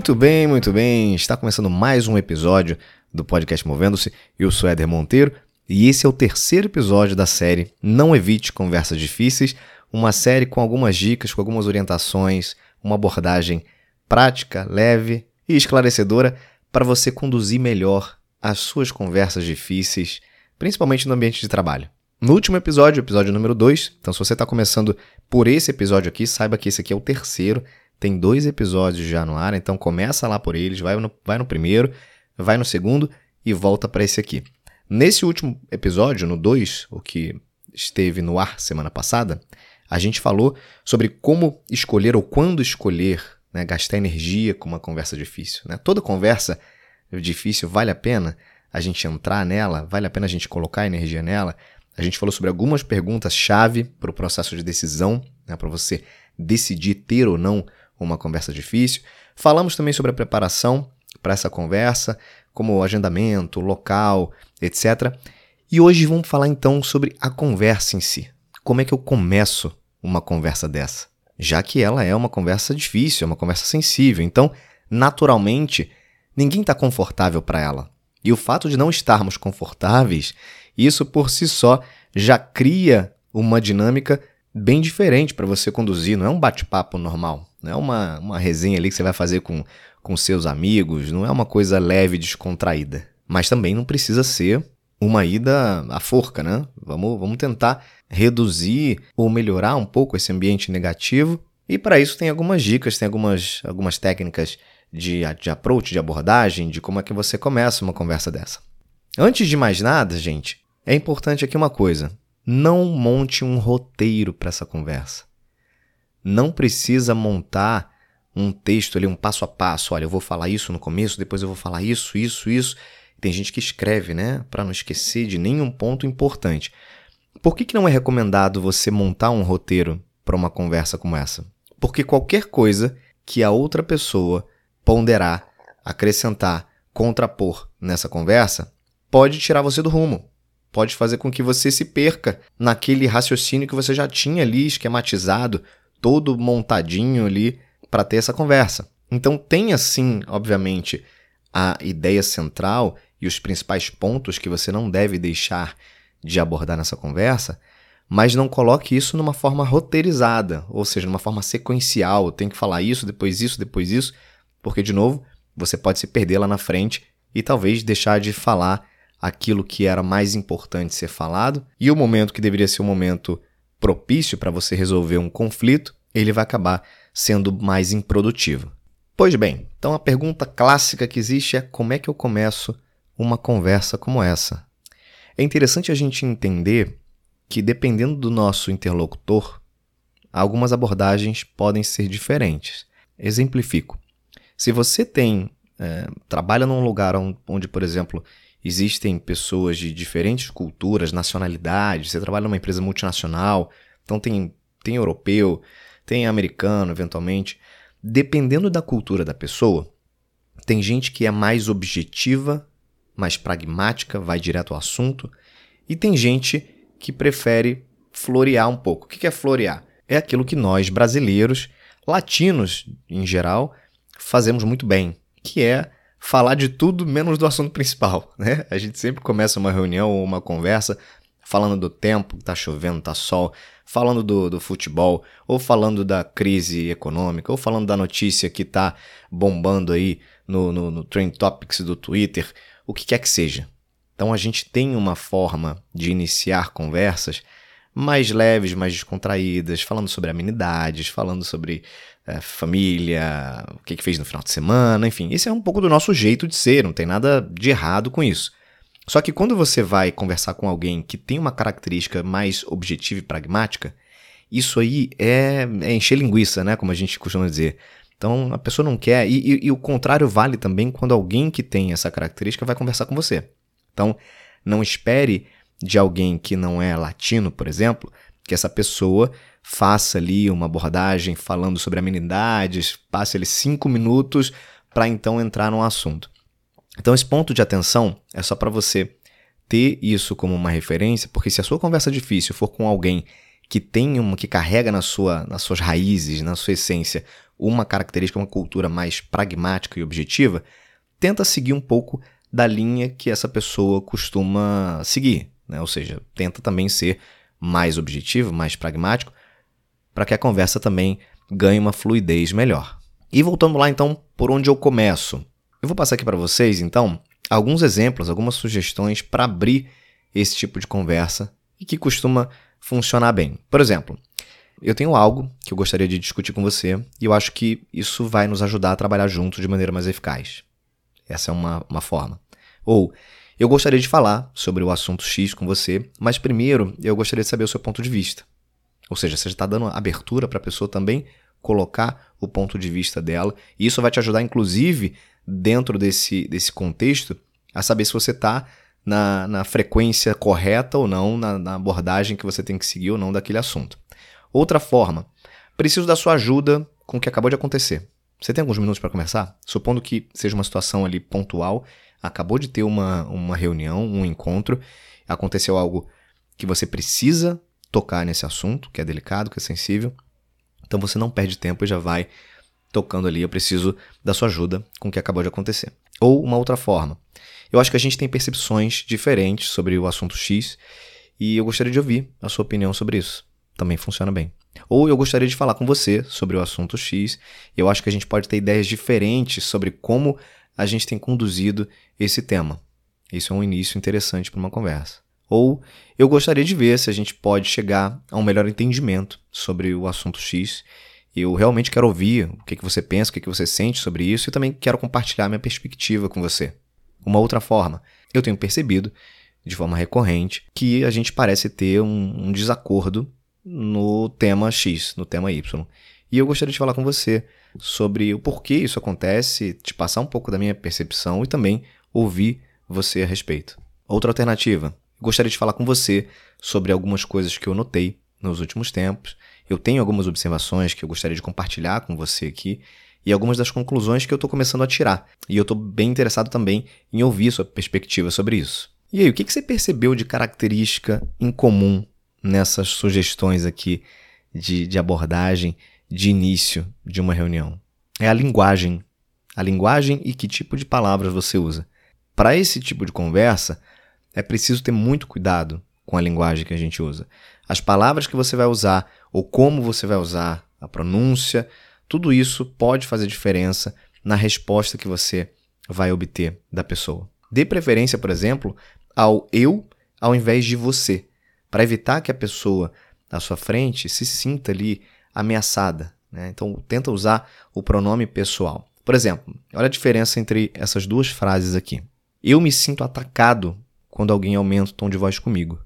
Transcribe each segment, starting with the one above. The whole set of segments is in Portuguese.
Muito bem, muito bem. Está começando mais um episódio do podcast Movendo-se. Eu sou Éder Monteiro e esse é o terceiro episódio da série Não Evite Conversas Difíceis, uma série com algumas dicas, com algumas orientações, uma abordagem prática, leve e esclarecedora para você conduzir melhor as suas conversas difíceis, principalmente no ambiente de trabalho. No último episódio, episódio número 2, então se você está começando por esse episódio aqui, saiba que esse aqui é o terceiro. Tem 2 episódios já no ar, então começa lá por eles, vai no primeiro, vai no segundo e volta para esse aqui. Nesse último episódio, no 2, o que esteve no ar semana passada, a gente falou sobre como escolher ou quando escolher, né, gastar energia com uma conversa difícil. Né? Toda conversa difícil vale a pena a gente entrar nela, vale a pena a gente colocar energia nela. A gente falou sobre algumas perguntas-chave para o processo de decisão, né, para você decidir ter ou não uma conversa difícil. Falamos também sobre a preparação para essa conversa, como o agendamento, local, etc. E hoje vamos falar então sobre a conversa em si. Como é que eu começo uma conversa dessa? Já que ela é uma conversa difícil, é uma conversa sensível. Então, naturalmente, ninguém está confortável para ela. E o fato de não estarmos confortáveis, isso por si só já cria uma dinâmica bem diferente para você conduzir. Não é um bate-papo normal, não é uma resenha ali que você vai fazer com seus amigos, não é uma coisa leve e descontraída. Mas também não precisa ser uma ida à forca, né? Vamos tentar reduzir ou melhorar um pouco esse ambiente negativo. E para isso tem algumas dicas, tem algumas técnicas de approach, de abordagem, de como é que você começa uma conversa dessa. Antes de mais nada, gente, é importante aqui uma coisa. Não monte um roteiro para essa conversa. Não precisa montar um texto ali, um passo a passo. Olha, eu vou falar isso no começo, depois eu vou falar isso. Tem gente que escreve, né? Para não esquecer de nenhum ponto importante. Por que não é recomendado você montar um roteiro para uma conversa como essa? Porque qualquer coisa que a outra pessoa ponderar, acrescentar, contrapor nessa conversa, pode tirar você do rumo. Pode fazer com que você se perca naquele raciocínio que você já tinha ali esquematizado, todo montadinho ali para ter essa conversa. Então tenha sim, obviamente, a ideia central e os principais pontos que você não deve deixar de abordar nessa conversa, mas não coloque isso numa forma roteirizada, ou seja, numa forma sequencial. Tem que falar isso, depois isso, porque, de novo, você pode se perder lá na frente e talvez deixar de falar aquilo que era mais importante ser falado, e o momento que deveria ser um momento propício para você resolver um conflito, ele vai acabar sendo mais improdutivo. Pois bem, então a pergunta clássica que existe é: como é que eu começo uma conversa como essa? É interessante a gente entender que, dependendo do nosso interlocutor, algumas abordagens podem ser diferentes. Exemplifico. Se você trabalha num lugar onde, por exemplo, existem pessoas de diferentes culturas, nacionalidades, você trabalha numa empresa multinacional, então tem europeu, tem americano, eventualmente. Dependendo da cultura da pessoa, tem gente que é mais objetiva, mais pragmática, vai direto ao assunto, e tem gente que prefere florear um pouco. O que é florear? É aquilo que nós, brasileiros, latinos em geral, fazemos muito bem, que é falar de tudo menos do assunto principal, né? A gente sempre começa uma reunião ou uma conversa falando do tempo, tá chovendo, tá sol, falando do futebol, ou falando da crise econômica, ou falando da notícia que tá bombando aí no Trend Topics do Twitter, o que quer que seja. Então a gente tem uma forma de iniciar conversas mais leves, mais descontraídas, falando sobre amenidades, falando sobre família, o que fez no final de semana, enfim. Esse é um pouco do nosso jeito de ser, não tem nada de errado com isso. Só que quando você vai conversar com alguém que tem uma característica mais objetiva e pragmática, isso aí é encher linguiça, né? Como a gente costuma dizer. Então a pessoa não quer, e o contrário vale também quando alguém que tem essa característica vai conversar com você. Então não espere de alguém que não é latino, por exemplo, que essa pessoa faça ali uma abordagem falando sobre amenidades, passe ali 5 minutos para então entrar no assunto. Então esse ponto de atenção é só para você ter isso como uma referência, porque se a sua conversa difícil for com alguém que que carrega nas suas raízes, na sua essência, uma característica, uma cultura mais pragmática e objetiva, tenta seguir um pouco da linha que essa pessoa costuma seguir, né? Ou seja, tenta também ser mais objetivo, mais pragmático, para que a conversa também ganhe uma fluidez melhor. E voltando lá, então, por onde eu começo? Eu vou passar aqui para vocês, então, alguns exemplos, algumas sugestões para abrir esse tipo de conversa e que costuma funcionar bem. Por exemplo, eu tenho algo que eu gostaria de discutir com você e eu acho que isso vai nos ajudar a trabalhar juntos de maneira mais eficaz. Essa é uma forma. Ou, eu gostaria de falar sobre o assunto X com você, mas primeiro eu gostaria de saber o seu ponto de vista. Ou seja, você está dando abertura para a pessoa também colocar o ponto de vista dela, e isso vai te ajudar, inclusive, dentro desse contexto, a saber se você está na frequência correta ou não, na abordagem que você tem que seguir ou não daquele assunto. Outra forma, preciso da sua ajuda com o que acabou de acontecer. Você tem alguns minutos para conversar? Supondo que seja uma situação ali pontual, acabou de ter uma reunião, um encontro, aconteceu algo que você precisa tocar nesse assunto, que é delicado, que é sensível, então você não perde tempo e já vai tocando ali, eu preciso da sua ajuda com o que acabou de acontecer. Ou uma outra forma, eu acho que a gente tem percepções diferentes sobre o assunto X e eu gostaria de ouvir a sua opinião sobre isso. Também funciona bem. Ou eu gostaria de falar com você sobre o assunto X e eu acho que a gente pode ter ideias diferentes sobre como a gente tem conduzido esse tema. Isso é um início interessante para uma conversa. Ou eu gostaria de ver se a gente pode chegar a um melhor entendimento sobre o assunto X. Eu realmente quero ouvir o que você pensa, o que você sente sobre isso e também quero compartilhar minha perspectiva com você. Uma outra forma, eu tenho percebido de forma recorrente que a gente parece ter um desacordo no tema X, no tema Y. E eu gostaria de falar com você sobre o porquê isso acontece, te passar um pouco da minha percepção e também ouvir você a respeito. Outra alternativa, gostaria de falar com você sobre algumas coisas que eu notei nos últimos tempos. Eu tenho algumas observações que eu gostaria de compartilhar com você aqui e algumas das conclusões que eu estou começando a tirar. E eu estou bem interessado também em ouvir sua perspectiva sobre isso. E aí, o que você percebeu de característica em comum nessas sugestões aqui de abordagem, de início de uma reunião? É a linguagem. A linguagem e que tipo de palavras você usa. Para esse tipo de conversa, é preciso ter muito cuidado com a linguagem que a gente usa. As palavras que você vai usar, ou como você vai usar, a pronúncia, tudo isso pode fazer diferença na resposta que você vai obter da pessoa. Dê preferência, por exemplo, ao eu ao invés de você, para evitar que a pessoa à sua frente se sinta ali ameaçada, né? Então, tenta usar o pronome pessoal. Por exemplo, olha a diferença entre essas duas frases aqui. Eu me sinto atacado quando alguém aumenta o tom de voz comigo.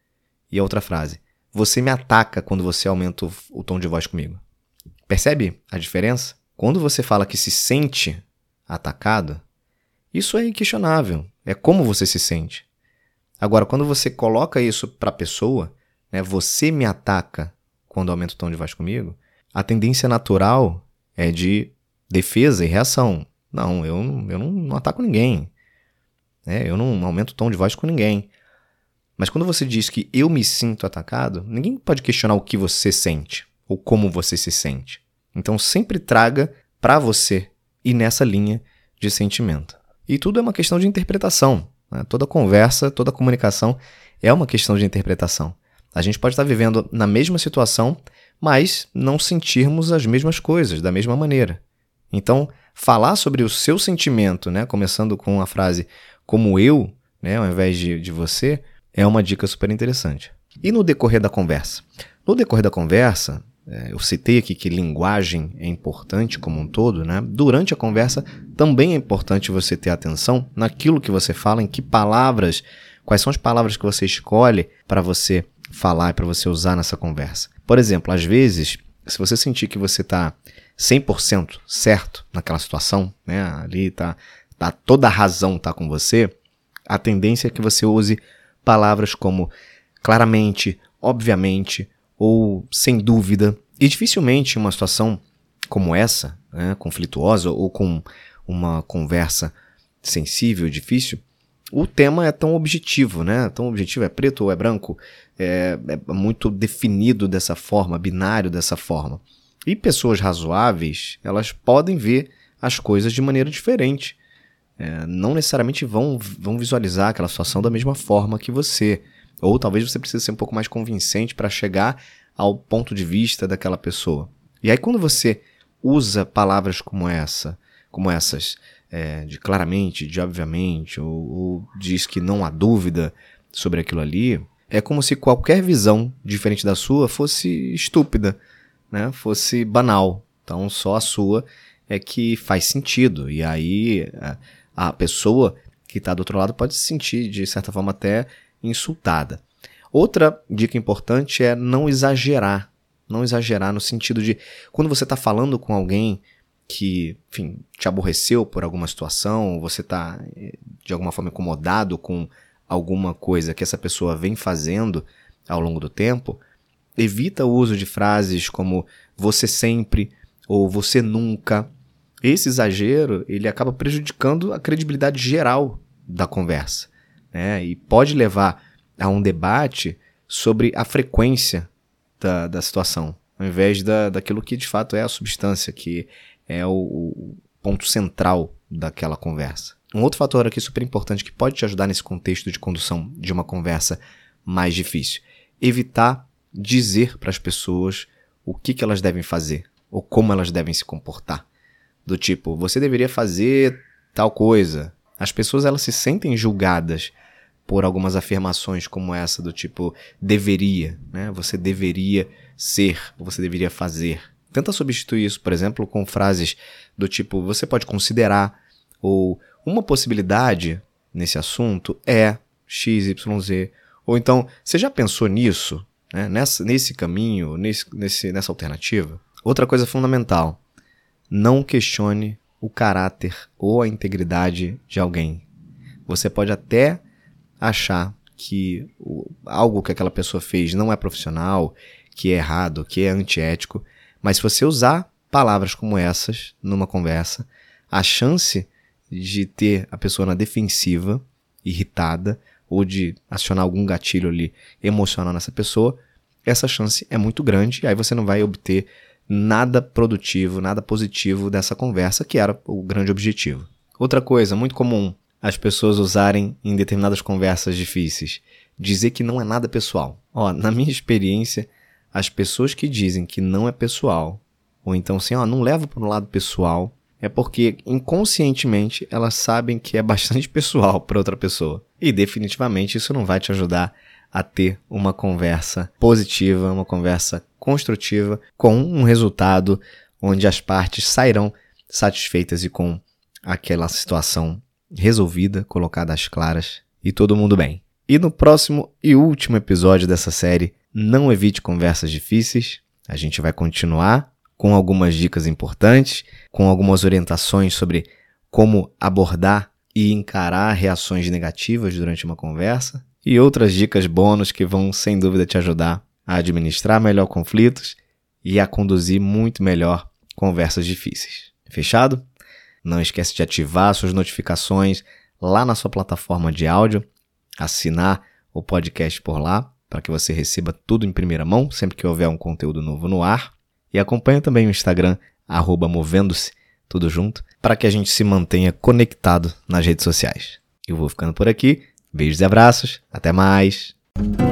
E a outra frase. Você me ataca quando você aumenta o tom de voz comigo. Percebe a diferença? Quando você fala que se sente atacado, isso é inquestionável. É como você se sente. Agora, quando você coloca isso para a pessoa, né, você me ataca quando aumenta o tom de voz comigo, a tendência natural é de defesa e reação. Não, eu não ataco ninguém. Eu não aumento o tom de voz com ninguém. Mas quando você diz que eu me sinto atacado, ninguém pode questionar o que você sente ou como você se sente. Então sempre traga para você ir nessa linha de sentimento. E tudo é uma questão de interpretação, né? Toda conversa, toda comunicação é uma questão de interpretação. A gente pode estar vivendo na mesma situação, mas não sentirmos as mesmas coisas da mesma maneira. Então, falar sobre o seu sentimento, né, começando com a frase como eu, né, ao invés de você, é uma dica super interessante. E no decorrer da conversa? No decorrer da conversa, eu citei aqui que linguagem é importante como um todo, né? Durante a conversa também é importante você ter atenção naquilo que você fala, em que palavras, quais são as palavras que você escolhe para você falar e para você usar nessa conversa. Por exemplo, às vezes, se você sentir que você está 100% certo naquela situação, né? Ali tá toda a razão tá com você, a tendência é que você use palavras como claramente, obviamente ou sem dúvida. E dificilmente uma situação como essa, né, conflituosa ou com uma conversa sensível, difícil, o tema é tão objetivo, né? Tão objetivo, é preto ou é branco, é muito definido dessa forma, binário dessa forma. E pessoas razoáveis, elas podem ver as coisas de maneira diferente. Não necessariamente vão visualizar aquela situação da mesma forma que você. Ou talvez você precise ser um pouco mais convincente para chegar ao ponto de vista daquela pessoa. E aí quando você usa palavras como essas, de claramente, de obviamente, ou diz que não há dúvida sobre aquilo ali, é como se qualquer visão diferente da sua fosse estúpida, né? Fosse banal. Então só a sua é que faz sentido. E aí a pessoa que está do outro lado pode se sentir, de certa forma, até insultada. Outra dica importante é não exagerar. Não exagerar no sentido de, quando você está falando com alguém que, enfim, te aborreceu por alguma situação, você está de alguma forma incomodado com alguma coisa que essa pessoa vem fazendo ao longo do tempo, evita o uso de frases como você sempre ou você nunca. Esse exagero, ele acaba prejudicando a credibilidade geral da conversa, né? E pode levar a um debate sobre a frequência da situação, ao invés daquilo que de fato é a substância, que é o ponto central daquela conversa. Um outro fator aqui super importante que pode te ajudar nesse contexto de condução de uma conversa mais difícil: evitar dizer para as pessoas o que elas devem fazer ou como elas devem se comportar. Do tipo, você deveria fazer tal coisa. As pessoas, elas se sentem julgadas por algumas afirmações como essa, do tipo, deveria, né? Você deveria ser, você deveria fazer. Tenta substituir isso, por exemplo, com frases do tipo, você pode considerar, ou uma possibilidade nesse assunto é XYZ. Ou então, você já pensou nisso, né? Nesse caminho, nessa alternativa? Outra coisa fundamental: não questione o caráter ou a integridade de alguém. Você pode até achar que algo que aquela pessoa fez não é profissional, que é errado, que é antiético, mas se você usar palavras como essas numa conversa, a chance de ter a pessoa na defensiva, irritada, ou de acionar algum gatilho ali emocional nessa pessoa, essa chance é muito grande, e aí você não vai obter nada produtivo, nada positivo dessa conversa, que era o grande objetivo. Outra coisa muito comum as pessoas usarem em determinadas conversas difíceis: dizer que não é nada pessoal. Na minha experiência, as pessoas que dizem que não é pessoal, ou então assim, não leva para o lado pessoal, é porque inconscientemente elas sabem que é bastante pessoal para outra pessoa. E definitivamente isso não vai te ajudar a ter uma conversa positiva, uma conversa construtiva, com um resultado onde as partes sairão satisfeitas e com aquela situação resolvida, colocada às claras e todo mundo bem. E no próximo e último episódio dessa série, Não Evite Conversas Difíceis, a gente vai continuar com algumas dicas importantes, com algumas orientações sobre como abordar e encarar reações negativas durante uma conversa, e outras dicas bônus que vão sem dúvida te ajudar a administrar melhor conflitos e a conduzir muito melhor conversas difíceis. Fechado? Não esquece de ativar suas notificações lá na sua plataforma de áudio, assinar o podcast por lá, para que você receba tudo em primeira mão, sempre que houver um conteúdo novo no ar. E acompanha também o Instagram, @movendo-se, tudo junto, para que a gente se mantenha conectado nas redes sociais. Eu vou ficando por aqui. Beijos e abraços. Até mais.